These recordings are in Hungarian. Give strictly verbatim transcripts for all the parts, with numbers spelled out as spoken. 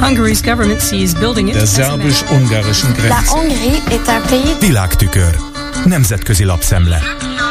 Hungary's government sees building it. Der szerbus-ungarischen Grenze. La Hongrie est un pays. Világtükör. Nemzetközi lapszemle.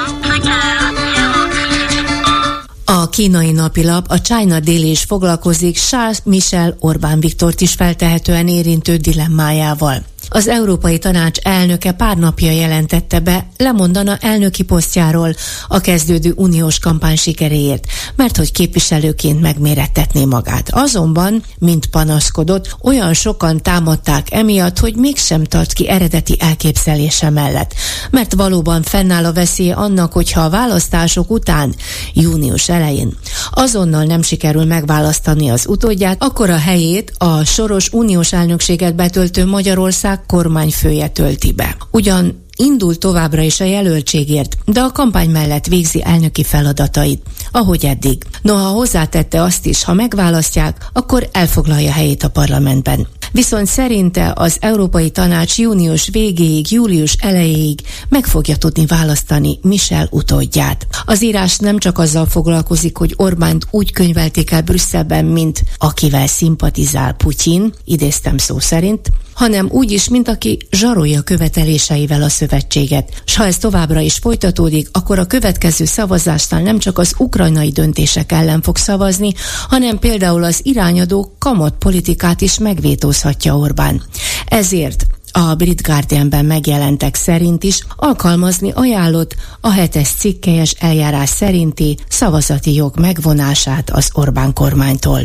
A kínai napilap, a China Daily is foglalkozik Charles Michel Orbán Viktort is feltehetően érintő dilemmájával. Az Európai Tanács elnöke pár napja jelentette be, lemondana elnöki posztjáról a kezdődő uniós kampány sikeréért, mert hogy képviselőként megmérettetné magát. Azonban, mint panaszkodott, olyan sokan támadták emiatt, hogy mégsem tart ki eredeti elképzelése mellett. Mert valóban fennáll a veszélye annak, hogyha a választások után, június elején azonnal nem sikerül megválasztani az utódját, akkor a helyét a soros uniós elnökséget betöltő Magyarország kormányfője tölti be. Ugyan indul továbbra is a jelöltségért, de a kampány mellett végzi elnöki feladatait, ahogy eddig. Noha hozzátette azt is, ha megválasztják, akkor elfoglalja helyét a parlamentben. Viszont szerinte az Európai Tanács június végéig, július elejéig meg fogja tudni választani Michel utódját. Az írás nem csak azzal foglalkozik, hogy Orbánt úgy könyvelték el Brüsszelben, mint akivel szimpatizál Putyin, idéztem szó szerint, hanem úgy is, mint aki zsarolja követeléseivel a szövetséget. S ha ez továbbra is folytatódik, akkor a következő szavazásnál nem csak az ukrajnai döntések ellen fog szavazni, hanem például az irányadó kamatpolitikát is megvétózhatja Orbán. Ezért a Brit Guardianben megjelentek szerint is alkalmazni ajánlott a hetes cikkelyes eljárás szerinti szavazati jog megvonását az Orbán kormánytól.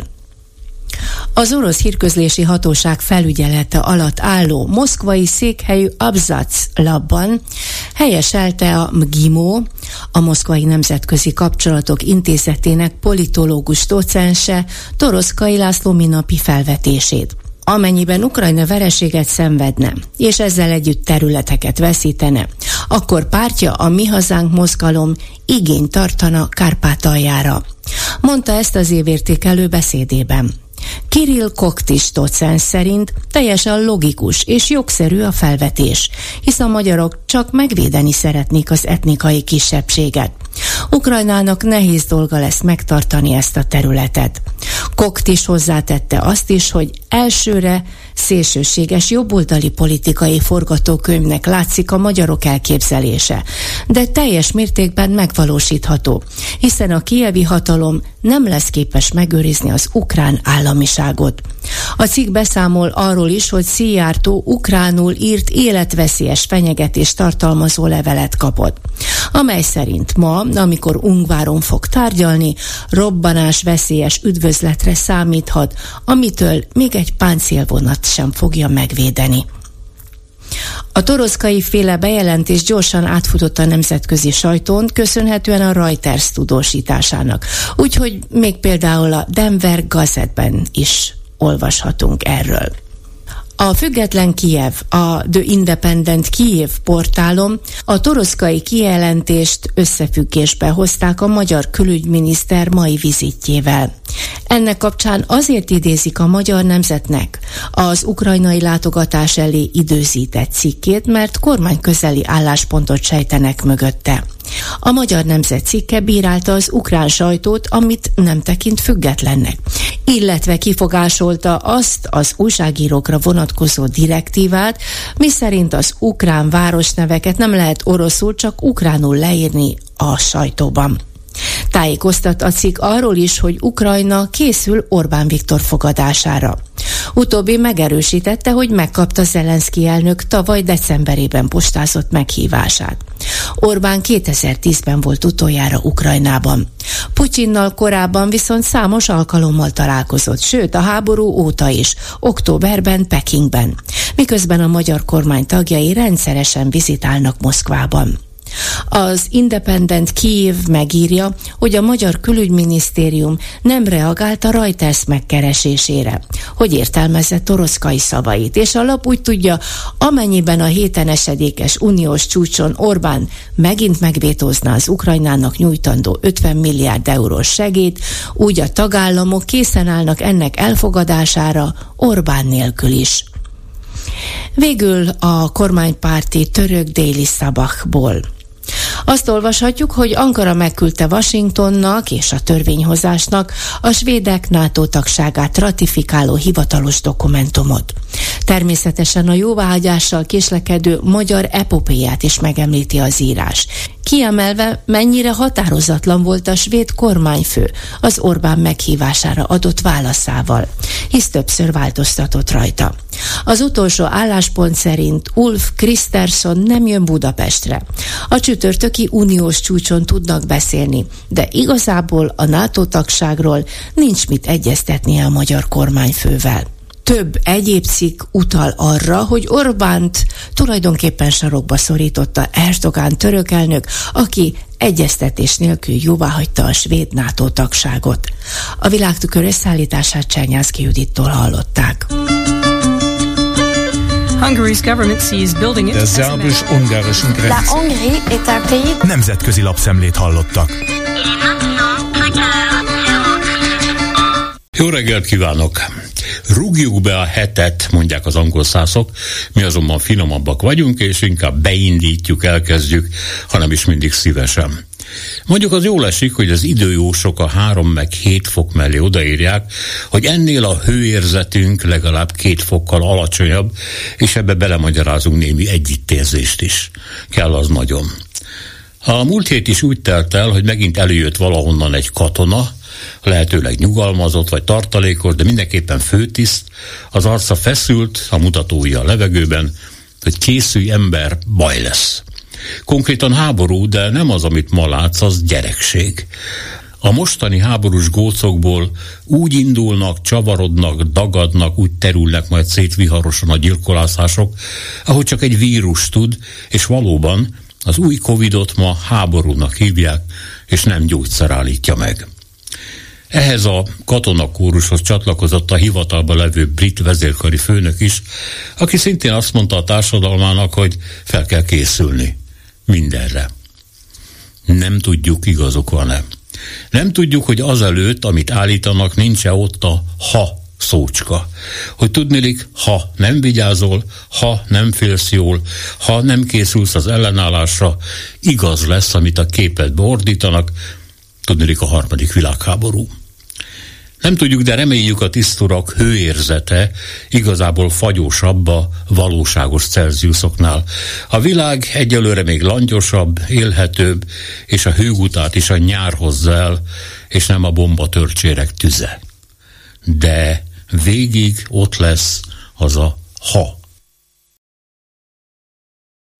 Az orosz hírközlési hatóság felügyelete alatt álló moszkvai székhelyű Abzac labban helyeselte a MGIMO, a Moszkvai Nemzetközi Kapcsolatok Intézetének politológus docense Toroszkai László minapi felvetését. Amennyiben Ukrajna vereséget szenvedne, és ezzel együtt területeket veszítene, akkor pártja, a Mi Hazánk mozgalom igényt tartana Kárpátaljára. Mondta ezt az évértékelő beszédében. Kirill Koktis docens szerint teljesen logikus és jogszerű a felvetés, hisz a magyarok csak megvédeni szeretnék az etnikai kisebbséget. Ukrajnának nehéz dolga lesz megtartani ezt a területet. Koktis hozzátette azt is, hogy elsőre szélsőséges jobboldali politikai forgatókönyvnek látszik a magyarok elképzelése, de teljes mértékben megvalósítható, hiszen a kijevi hatalom nem lesz képes megőrizni az ukrán államiságot. A cikk beszámol arról is, hogy Szijjártó ukránul írt életveszélyes fenyegetést tartalmazó levelet kapott, amely szerint ma, amikor Ungváron fog tárgyalni, robbanás veszélyes üdvözletre számíthat, amitől még egy páncélvonat sem fogja megvédeni. A toroszkai féle bejelentés gyorsan átfutott a nemzetközi sajtón, köszönhetően a Reuters tudósításának. Úgyhogy még például a Denver Gazette-ben is olvashatunk erről. A Független Kijev, a The Independent Kyiv portálon a toroszkai kijelentést összefüggésbe hozták a magyar külügyminiszter mai vizitjével. Ennek kapcsán azért idézik a Magyar Nemzetnek az ukrajnai látogatás elé időzített cikkét, mert kormányközeli álláspontot sejtenek mögötte. A Magyar Nemzet cikke bírálta az ukrán sajtót, amit nem tekint függetlennek, illetve kifogásolta azt az újságírókra vonatkozó direktívát, miszerint az ukrán városneveket nem lehet oroszul, csak ukránul leírni a sajtóban. Tájékoztat a cikk arról is, hogy Ukrajna készül Orbán Viktor fogadására. Utóbbi megerősítette, hogy megkapta Zelenszky elnök tavaly decemberében postázott meghívását. Orbán kétezer-tízben volt utoljára Ukrajnában. Putyinnal korábban viszont számos alkalommal találkozott, sőt a háború óta is, októberben Pekingben, miközben a magyar kormány tagjai rendszeresen vizitálnak Moszkvában. Az Independent Kyiv megírja, hogy a magyar külügyminisztérium nem reagált a Reuters megkeresésére, hogy értelmezze Toroszkai szavait, és a lap úgy tudja, amennyiben a héten esedékes uniós csúcson Orbán megint megvétózná az Ukrajnának nyújtandó ötven milliárd eurós segélyt, úgy a tagállamok készen állnak ennek elfogadására Orbán nélkül is. Végül a kormánypárti török Déli Szabahból. Azt olvashatjuk, hogy Ankara megküldte Washingtonnak és a törvényhozásnak a svédek NATO tagságát ratifikáló hivatalos dokumentumot. Természetesen a jóváhagyással késlekedő magyar epopéját is megemlíti az írás, kiemelve, mennyire határozatlan volt a svéd kormányfő az Orbán meghívására adott válaszával, hisz többször változtatott rajta. Az utolsó álláspont szerint Ulf Kristersson nem jön Budapestre. A csütörtöki uniós csúcson tudnak beszélni, de igazából a NATO tagságról nincs mit egyeztetnie a magyar kormányfővel. Több egyéb cikk utal arra, hogy Orbánt tulajdonképpen sarokba szorította Erdogan török elnök, aki egyeztetés nélkül jóváhagyta a svéd NATO tagságot. A Világtükör összeállítását Csernyánszky Judittól hallották. Hungary's government sees building it. Der szerbus-ungarischen La Grenze. Hongrie est un pays... Nemzetközi lapszemlét hallottak. Jó reggelt kívánok! Rúgjuk be a hetet, mondják az angol szászok, mi azonban finomabbak vagyunk, és inkább beindítjuk, elkezdjük, hanem is mindig szívesen. Mondjuk az jól esik, hogy az időjósok a három meg hét fok mellé odaírják, hogy ennél a hőérzetünk legalább két fokkal alacsonyabb, és ebbe belemagyarázunk némi együttérzést is. Kell az nagyon. A múlt hét is úgy telt el, hogy megint előjött valahonnan egy katona, lehetőleg nyugalmazott vagy tartalékos, de mindenképpen főtiszt, az arca feszült, a mutatója a levegőben, hogy készülj ember, baj lesz. Konkrétan háború, de nem az, amit ma látsz, az gyerekség. A mostani háborús gócokból úgy indulnak, csavarodnak, dagadnak, úgy terülnek majd szétviharosan a gyilkolászások, ahogy csak egy vírus tud, és valóban az új Covidot ma háborúnak hívják, és nem gyógyszer állítja meg. Ehhez a katonakórushoz csatlakozott a hivatalban levő brit vezérkari főnök is, aki szintén azt mondta a társadalmának, hogy fel kell készülni mindenre. Nem tudjuk, igazuk van-e. Nem tudjuk, hogy azelőtt, amit állítanak, nincs-e ott a ha szócska. Hogy tudnilik, ha nem vigyázol, ha nem félsz jól, ha nem készülsz az ellenállásra, igaz lesz, amit a képedbe ordítanak, tudnilik a harmadik világháború. Nem tudjuk, de reméljük, a tiszturak hőérzete igazából fagyósabb a valóságos Celsiusoknál. A világ egyelőre még langyosabb, élhetőbb, és a hőgutát is a nyár hozza el, és nem a bombatörcsérek tüze. De végig ott lesz az a ha